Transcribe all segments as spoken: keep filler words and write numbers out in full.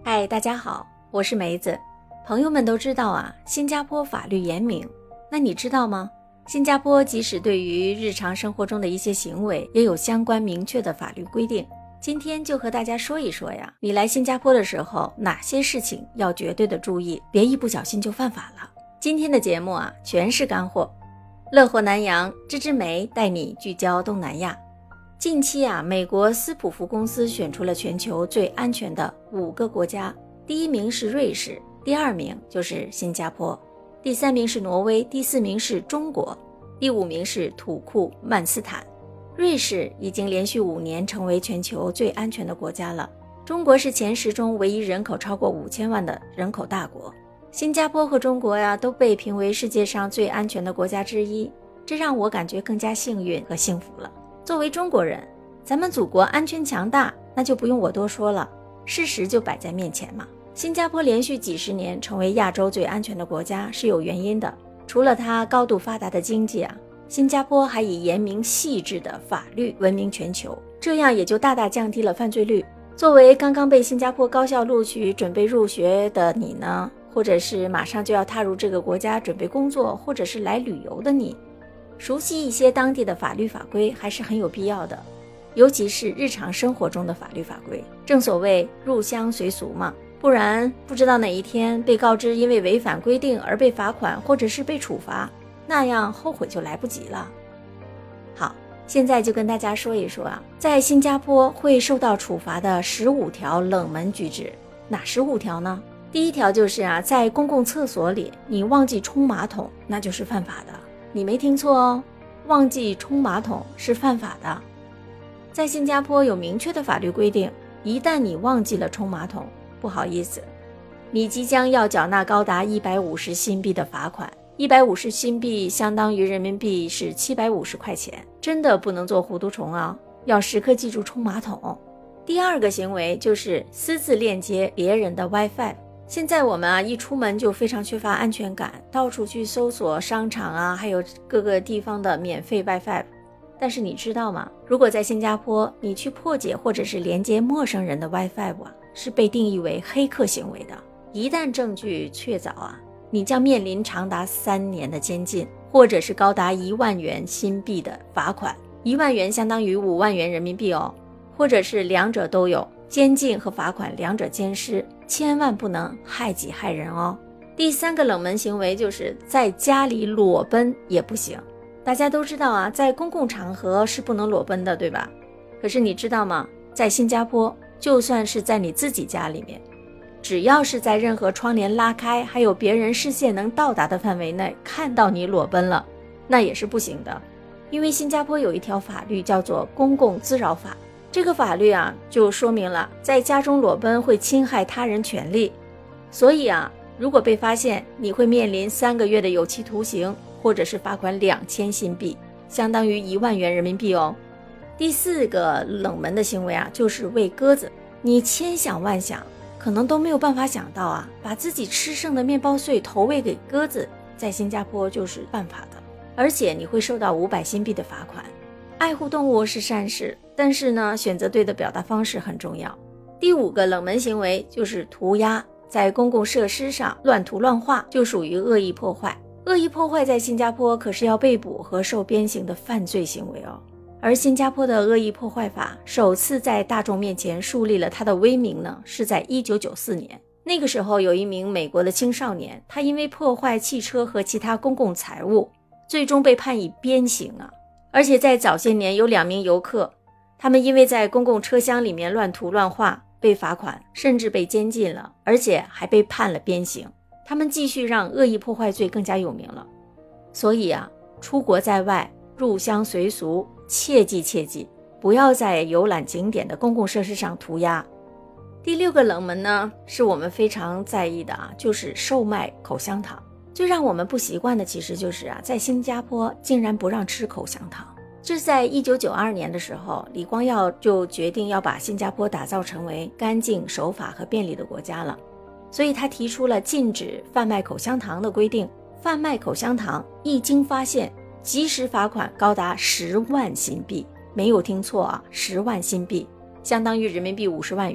嗨，大家好，我是梅子。朋友们都知道啊，新加坡法律严明。那你知道吗？新加坡即使对于日常生活中的一些行为，也有相关明确的法律规定。今天就和大家说一说呀，你来新加坡的时候，哪些事情要绝对的注意，别一不小心就犯法了。今天的节目啊，全是干货。乐活南洋，芝芝梅带你聚焦东南亚。近期啊，美国斯普福公司选出了全球最安全的五个国家，第一名是瑞士，第二名就是新加坡，第三名是挪威，第四名是中国，第五名是土库曼斯坦。瑞士已经连续五年成为全球最安全的国家了。中国是前十中唯一人口超过五千万的人口大国。新加坡和中国呀，都被评为世界上最安全的国家之一，这让我感觉更加幸运和幸福了。作为中国人，咱们祖国安全强大，那就不用我多说了，事实就摆在面前嘛。新加坡连续几十年成为亚洲最安全的国家是有原因的，除了它高度发达的经济啊，新加坡还以严明细致的法律闻名全球，这样也就大大降低了犯罪率。作为刚刚被新加坡高校录取准备入学的你呢，或者是马上就要踏入这个国家准备工作，或者是来旅游的你，熟悉一些当地的法律法规还是很有必要的，尤其是日常生活中的法律法规。正所谓入乡随俗嘛，不然不知道哪一天被告知因为违反规定而被罚款或者是被处罚，那样后悔就来不及了。好，现在就跟大家说一说啊，在新加坡会受到处罚的十五条冷门举止。哪十五条呢？第一条就是啊，在公共厕所里你忘记冲马桶，那就是犯法的。你没听错哦，忘记冲马桶是犯法的。在新加坡有明确的法律规定，一旦你忘记了冲马桶，不好意思，你即将要缴纳高达一百五十新币的罚款。一百五十新币相当于人民币是七百五十块钱，真的不能做糊涂虫啊，要时刻记住冲马桶。第二个行为就是私自链接别人的 WiFi。现在我们啊一出门就非常缺乏安全感，到处去搜索商场啊，还有各个地方的免费 WiFi。但是你知道吗？如果在新加坡你去破解或者是连接陌生人的 WiFi 啊，是被定义为黑客行为的。一旦证据确凿啊，你将面临长达三年的监禁，或者是高达一万元新币的罚款。一万元相当于五万元人民币哦，或者是两者都有，监禁和罚款两者兼施，千万不能害己害人哦。第三个冷门行为就是在家里裸奔也不行。大家都知道啊，在公共场合是不能裸奔的，对吧？可是你知道吗？在新加坡，就算是在你自己家里面，只要是在任何窗帘拉开，还有别人视线能到达的范围内看到你裸奔了，那也是不行的。因为新加坡有一条法律叫做公共滋扰法，这个法律啊就说明了在家中裸奔会侵害他人权利，所以啊如果被发现，你会面临三个月的有期徒刑，或者是罚款两千新币，相当于一万元人民币哦。第四个冷门的行为啊，就是喂鸽子。你千想万想，可能都没有办法想到啊，把自己吃剩的面包碎投喂给鸽子，在新加坡就是犯法的，而且你会受到五百新币的罚款。爱护动物是善事，但是呢，选择对的表达方式很重要。第五个冷门行为就是涂鸦，在公共设施上乱涂乱画就属于恶意破坏。恶意破坏在新加坡可是要被捕和受鞭刑的犯罪行为哦。而新加坡的恶意破坏法首次在大众面前树立了它的威名呢，是在一九九四年。那个时候有一名美国的青少年，他因为破坏汽车和其他公共财物，最终被判以鞭刑啊。而且在早些年有两名游客，他们因为在公共车厢里面乱涂乱画被罚款，甚至被监禁了，而且还被判了鞭刑。他们继续让恶意破坏罪更加有名了。所以啊，出国在外，入乡随俗，切记切记，不要在游览景点的公共设施上涂鸦。第六个冷门呢，是我们非常在意的啊，就是售卖口香糖。最让我们不习惯的其实就是啊，在新加坡竟然不让吃口香糖。这是在一九九二年的时候，李光耀就决定要把新加坡打造成为干净、守法和便利的国家了。所以他提出了禁止贩卖口香糖的规定，贩卖口香糖一经发现，即时罚款高达十万新币，没有听错啊，十万新币，相当于人民币五十万元，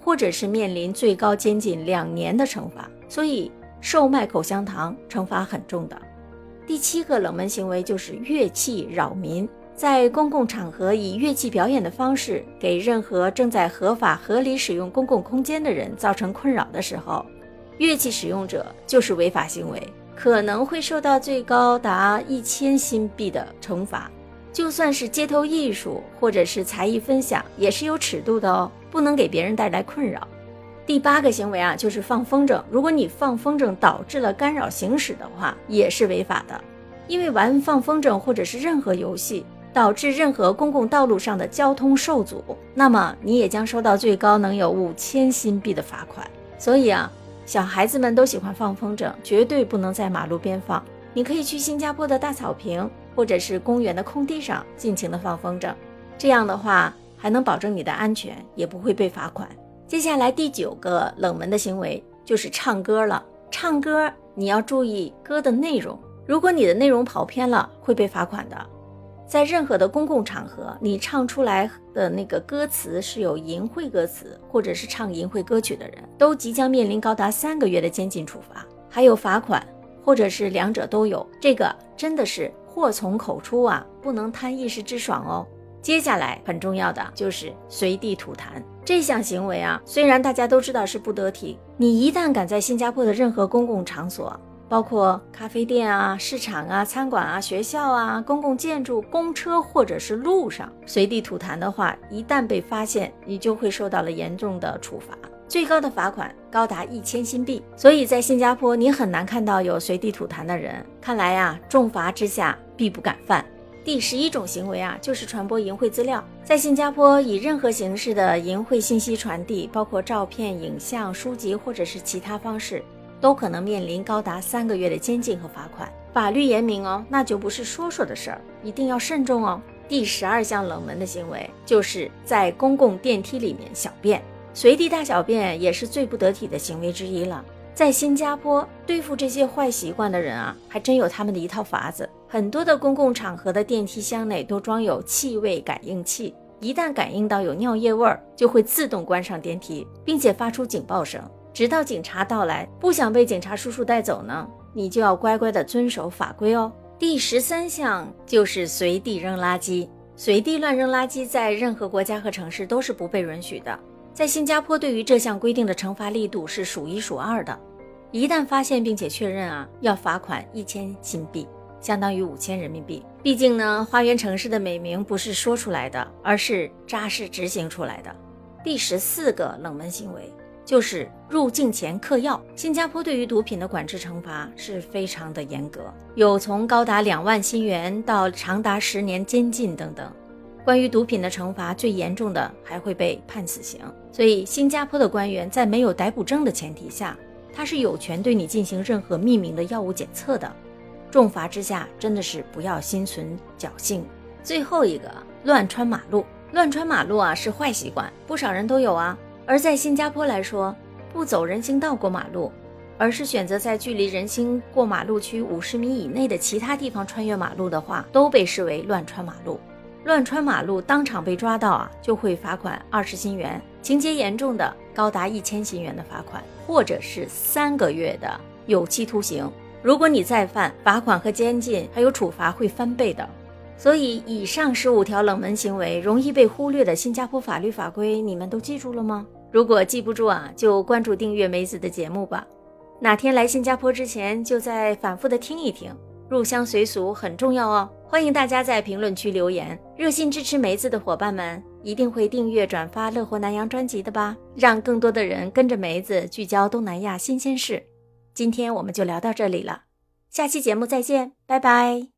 或者是面临最高监禁两年的惩罚。所以售卖口香糖惩罚很重的。第七个冷门行为就是乐器扰民。在公共场合以乐器表演的方式给任何正在合法合理使用公共空间的人造成困扰的时候，乐器使用者就是违法行为，可能会受到最高达一千新币的惩罚。就算是街头艺术或者是才艺分享也是有尺度的哦，不能给别人带来困扰。第八个行为啊，就是放风筝。如果你放风筝导致了干扰行驶的话，也是违法的。因为玩放风筝或者是任何游戏导致任何公共道路上的交通受阻，那么你也将收到最高能有五千新币的罚款。所以啊，小孩子们都喜欢放风筝，绝对不能在马路边放。你可以去新加坡的大草坪或者是公园的空地上尽情的放风筝，这样的话还能保证你的安全，也不会被罚款。接下来第九个冷门的行为就是唱歌了。唱歌你要注意歌的内容，如果你的内容跑偏了会被罚款的。在任何的公共场合，你唱出来的那个歌词是有淫秽歌词，或者是唱淫秽歌曲的人，都即将面临高达三个月的监禁处罚，还有罚款，或者是两者都有。这个真的是祸从口出啊，不能贪一时之爽哦。接下来很重要的就是随地吐痰。这项行为啊，虽然大家都知道是不得体，你一旦敢在新加坡的任何公共场所，包括咖啡店啊、市场啊、餐馆啊、学校啊、公共建筑、公车或者是路上随地吐痰的话，一旦被发现，你就会受到了严重的处罚，最高的罚款高达一千新币。所以在新加坡你很难看到有随地吐痰的人，看来啊，重罚之下必不敢犯。第十一种行为啊，就是传播淫秽资料。在新加坡，以任何形式的淫秽信息传递，包括照片、影像、书籍或者是其他方式，都可能面临高达三个月的监禁和罚款。法律严明哦，那就不是说说的事儿，一定要慎重哦。第十二项冷门的行为就是在公共电梯里面小便。随地大小便也是最不得体的行为之一了。在新加坡，对付这些坏习惯的人啊，还真有他们的一套法子。很多的公共场合的电梯箱内都装有气味感应器，一旦感应到有尿液味儿，就会自动关上电梯，并且发出警报声，直到警察到来。不想被警察叔叔带走呢，你就要乖乖地遵守法规哦。第十三项就是随地扔垃圾。随地乱扔垃圾在任何国家和城市都是不被允许的。在新加坡，对于这项规定的惩罚力度是数一数二的。一旦发现并且确认啊，要罚款一千新币，相当于五千人民币。毕竟呢，花园城市的美名不是说出来的，而是扎实执行出来的。第十四个冷门行为就是入境前嗑药。新加坡对于毒品的管制惩罚是非常的严格，有从高达两万新元到长达十年监禁等等。关于毒品的惩罚，最严重的还会被判死刑。所以新加坡的官员在没有逮捕证的前提下，他是有权对你进行任何匿名的药物检测的。重罚之下，真的是不要心存侥幸。最后一个，乱穿马路。乱穿马路啊，是坏习惯，不少人都有啊。而在新加坡来说，不走人行道过马路，而是选择在距离人行过马路区五十米以内的其他地方穿越马路的话，都被视为乱穿马路。乱穿马路当场被抓到啊，就会罚款二十新元，情节严重的高达一千新元的罚款，或者是三个月的有期徒刑。如果你再犯，罚款和监禁还有处罚会翻倍的。所以以上十五条冷门行为容易被忽略的新加坡法律法规，你们都记住了吗？如果记不住啊，就关注订阅梅子的节目吧。哪天来新加坡之前，就再反复的听一听，入乡随俗很重要哦。欢迎大家在评论区留言，热心支持梅子的伙伴们一定会订阅转发乐活南洋专辑的吧，让更多的人跟着梅子聚焦东南亚新鲜事。今天我们就聊到这里了，下期节目再见，拜拜。